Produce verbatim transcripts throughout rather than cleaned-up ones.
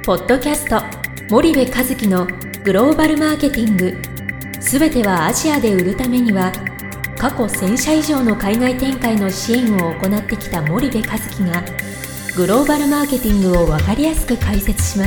ポッドキャスト森部一樹のグローバルマーケティング、すべてはアジアで売るためには、過去せん社以上の海外展開の支援を行ってきた森部一樹がグローバルマーケティングを分かりやすく解説します。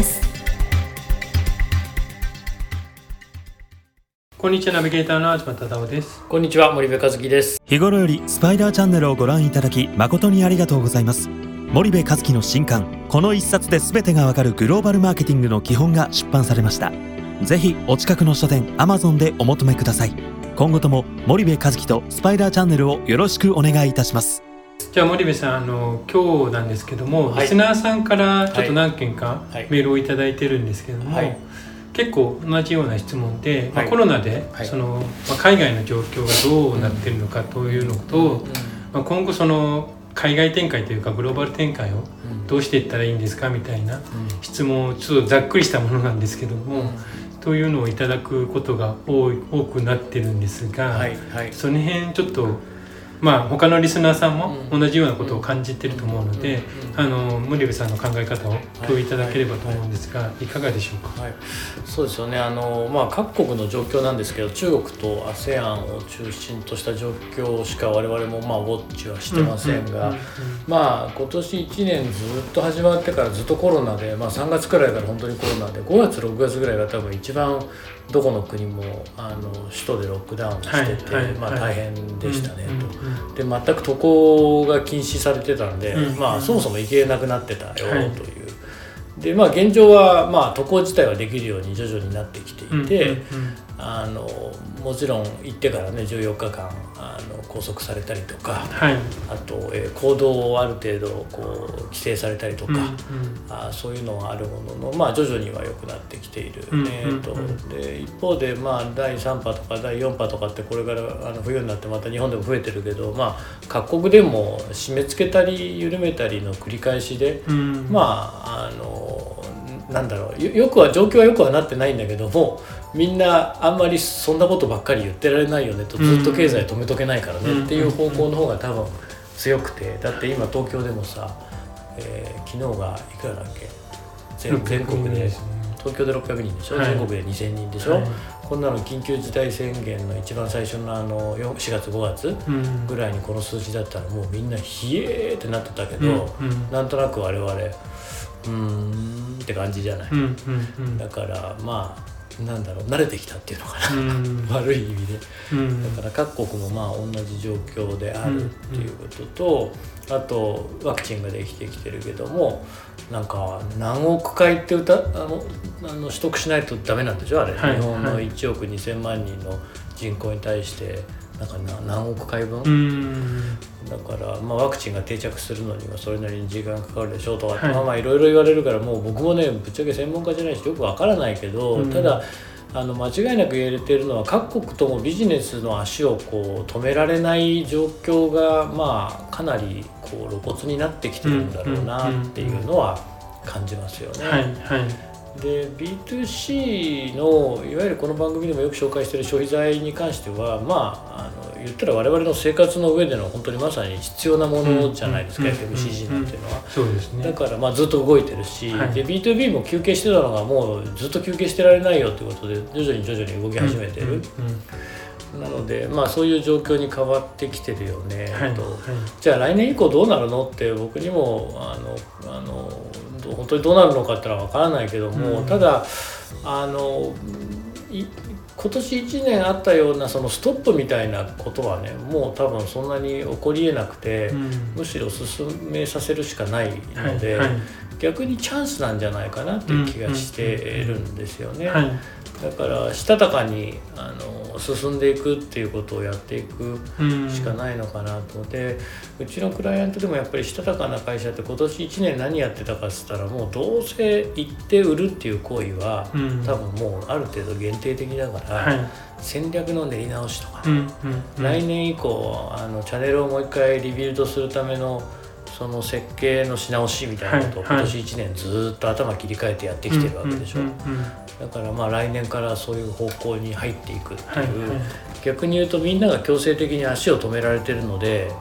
こんにちは、ナビゲーターの東忠夫です。 こんにちは、森部一樹です。 日頃よりスパイダーチャンネルをご覧いただき誠にありがとうございます。森部一樹の新刊、この一冊で全てがわかるグローバルマーケティングの基本が出版されました。ぜひお近くの書店 Amazon でお求めください。今後とも森部一樹とスパイダーチャンネルをよろしくお願いいたします。 じゃあ森部さん、あの今日なんですけども、はい、リスナーさんからちょっと何件かメールをいただいてるんですけども、はいはい、結構同じような質問で、まあ、コロナで、はい、そのまあ、海外の状況がどうなってるのかというのと、うんうんまあ、今後その海外展開というかグローバル展開をどうしていったらいいんですかみたいな質問をちょっとざっくりしたものなんですけども、うん、というのをいただくことが多い多くなってるんですが、はいはい、その辺ちょっとまあ他のリスナーさんも同じようなことを感じてると思うので、あの森部さんの考え方を共有いただければと思うんですが、はいはい、いかがでしょうか。 はい、そうですよね。あの、まあ、各国の状況なんですけど、中国と アセアン を中心とした状況しか我々もまあウォッチはしてませんが、まあ今年いちねんずっと始まってからずっとコロナで、まあ、さんがつくらいから本当にコロナで、ごがつろくがつぐらいが多分一番どこの国もあの首都でロックダウンしてて、はいはいまあ、大変でしたね、うん、と、うん、で全く渡航が禁止されてたんで、うんまあ、そもそも行けなくなってたよという、はい、でまあ、現状は、まあ、渡航自体はできるように徐々になってきていて、うんうんうん、あのもちろん行ってからねじゅうよっかかんあの拘束されたりとか、はい、あと、えー、行動をある程度こう規制されたりとか、うんうん、あそういうのはあるものの、まあ、徐々には良くなってきている、うんうんうんえー、とで一方で、まあ、だいさん波とかだいよん波とかってこれからあの冬になってまた日本でも増えてるけど、まあ、各国でも締め付けたり緩めたりの繰り返しで、うん、まああのなんだろう よ, よくは状況はよくはなってないんだけども、みんなあんまりそんなことばっかり言ってられないよねと、ずっと経済止めとけないからねっていう方向の方が多分強くて、だって今東京でもさ、えー、昨日がいくらだっけ 全, 全国で東京でろっぴゃくにんでしょ、はい、全国でにせんにんでしょ、はい、こんなの緊急事態宣言の一番最初のあのしがつごがつぐらいにこの数字だったらもうみんなひえーってなってたけど、うんうん、なんとなく我々うーんって感じじゃない、うんうんうん、だからまあなんだろう慣れてきたっていうのかな、うん、悪い意味で、うん、だから各国もまあ同じ状況であるっていうことと、うんうん、あとワクチンができてきてるけども、なんか何億回って歌あのあの取得しないとダメなんでしょあれ、はい、日本のいちおくにせんまんにんの人口に対してなんか何億回分、うんだから、まあ、ワクチンが定着するのにはそれなりに時間かかるでしょうとか、はい、まあまあいろいろ言われるから、もう僕もねぶっちゃけ専門家じゃないしよくわからないけど、うん、ただあの間違いなく言えてるのは各国ともビジネスの足をこう止められない状況が、まあ、かなりこう露骨になってきてるんだろうなっていうのは感じますよね。はいはいで ビーツーシー のいわゆるこの番組でもよく紹介している消費財に関しては、まあ、あの言ったら我々の生活の上での本当にまさに必要なものじゃないですか、うん、エフエムシージー なんていうのは、うん、そうですね、だからまあずっと動いてるし、はい、で ビーツービー も休憩してたのがもうずっと休憩してられないよということで徐々に徐々に動き始めてる、うんうんうん、なので、まあ、そういう状況に変わってきてるよね、はいとはい、じゃあ来年以降どうなるのって僕にもあのあの本当にどうなるのかってのは分からないけども、うん、ただあの今年いちねんあったようなそのストップみたいなことはねもう多分そんなに起こりえなくて、うん、むしろ進めさせるしかないので、はいはい、逆にチャンスなんじゃないかなっていう気がしているんですよね、うんうんうんはい、だからしたたかにあの進んでいくっていうことをやっていくしかないのかなと、うん、でうちのクライアントでもやっぱりしたたかな会社って今年いちねん何やってたかっつったらもうどうせ行って売るっていう行為は、うん、多分もうある程度限定的だから、はい、戦略の練り直しとかね、うんうんうん、来年以降あのチャンネルをもう一回リビルドするためのその設計のし直しみたいなことを今年いちねんずっと頭切り替えてやってきてるわけでしょ、うんうんうんうん、だからまあ来年からそういう方向に入っていくっていう、はいはい、逆に言うとみんなが強制的に足を止められてるので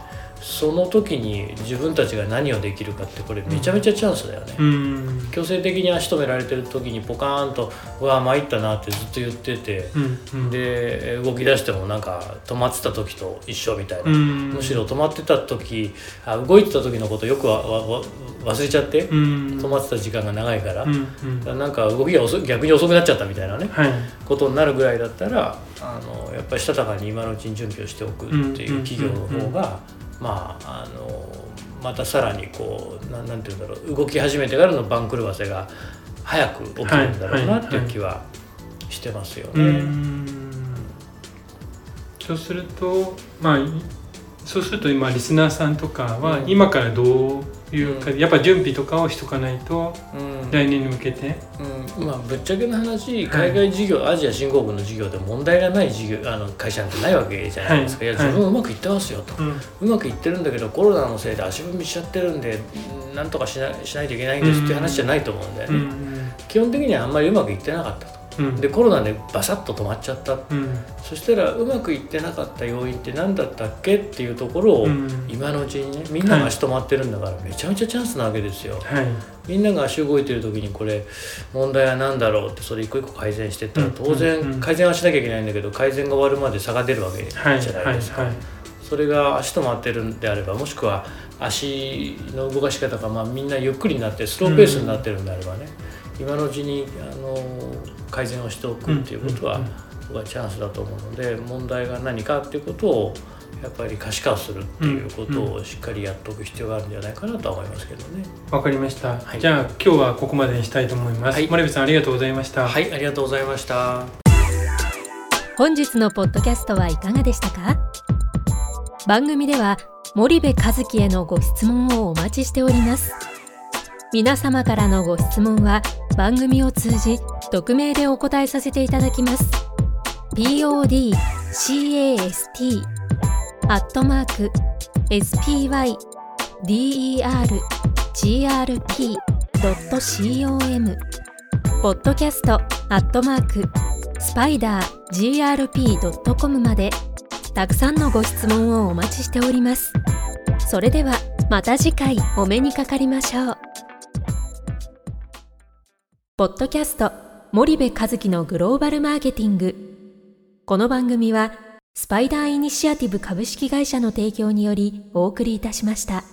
その時に自分たちが何をできるかってこれめちゃめちゃチャンスだよね、うん、強制的に足止められてる時にポカーンとうわ参ったなってずっと言ってて、うんうん、で動き出してもなんか止まってた時と一緒みたいな、うん、むしろ止まってた時あ動いてた時のことよくわわ忘れちゃって、うん、止まってた時間が長いから、うんうん、からなんか動きが遅逆に遅くなっちゃったみたいなね、はい、ことになるぐらいだったらあのやっぱりしたたかに今のうちに準備をしておくっていう企業の方が、まああのまたさらにこう な, なんていうんだろう動き始めてからの番狂わせが早く起きるんだろうなっていう気はしてますよね。はいはいはい、うんそうするとまあそうすると今リスナーさんとかは今からどういうか、うん、やっぱ準備とかをしとかないと、うん、来年に向けて、 うんまあ、ぶっちゃけの話海外事業、はい、アジア新興国の事業で問題がない事業あの会社なんてないわけじゃないですか、はい、いや自分はうまくいってますよと、はい、うまくいってるんだけどコロナのせいで足踏みしちゃってるんでなんとかし な, しないといけないんですっていう話じゃないと思うんだよね、うん、基本的にはあんまりうまくいってなかったと、うん、でコロナでバサッと止まっちゃった、うん、そしたらうまくいってなかった要因って何だったっけっていうところを、うん、今のうちにねみんなが足止まってるんだから、はい、めちゃめちゃチャンスなわけですよ、はい、みんなが足動いてる時にこれ問題は何だろうってそれ一個一個改善していったら当然改善はしなきゃいけないんだけど改善が終わるまで差が出るわけじゃないですか、はいはいはい、それが足止まってるんであればもしくは足の動かし方がまあみんなゆっくりになってスローペースになってるんであればね、うん、今のうちにあの改善をしておくっていうことは、うんうんうん、僕はチャンスだと思うので問題が何かっていうことをやっぱり可視化するっていうことをしっかりやっておく必要があるんじゃないかなとは思いますけどね。 わかりました、はい、じゃあ今日はここまでにしたいと思います、はい、森部さんありがとうございました。 はい、ありがとうございました。 本日のポッドキャストはいかがでしたか？番組では森部一樹へのご質問をお待ちしております。皆様からのご質問は番組を通じ匿名でお答えさせていただきます。podcast アットマーク spydergrp ドット com ポッドキャストアットマークスパイダー ジーアールピー ドット コム までたくさんのご質問をお待ちしております。それではまた次回お目にかかりましょう。ポッドキャスト森部一樹のグローバルマーケティング。この番組はスパイダーイニシアティブ株式会社の提供によりお送りいたしました。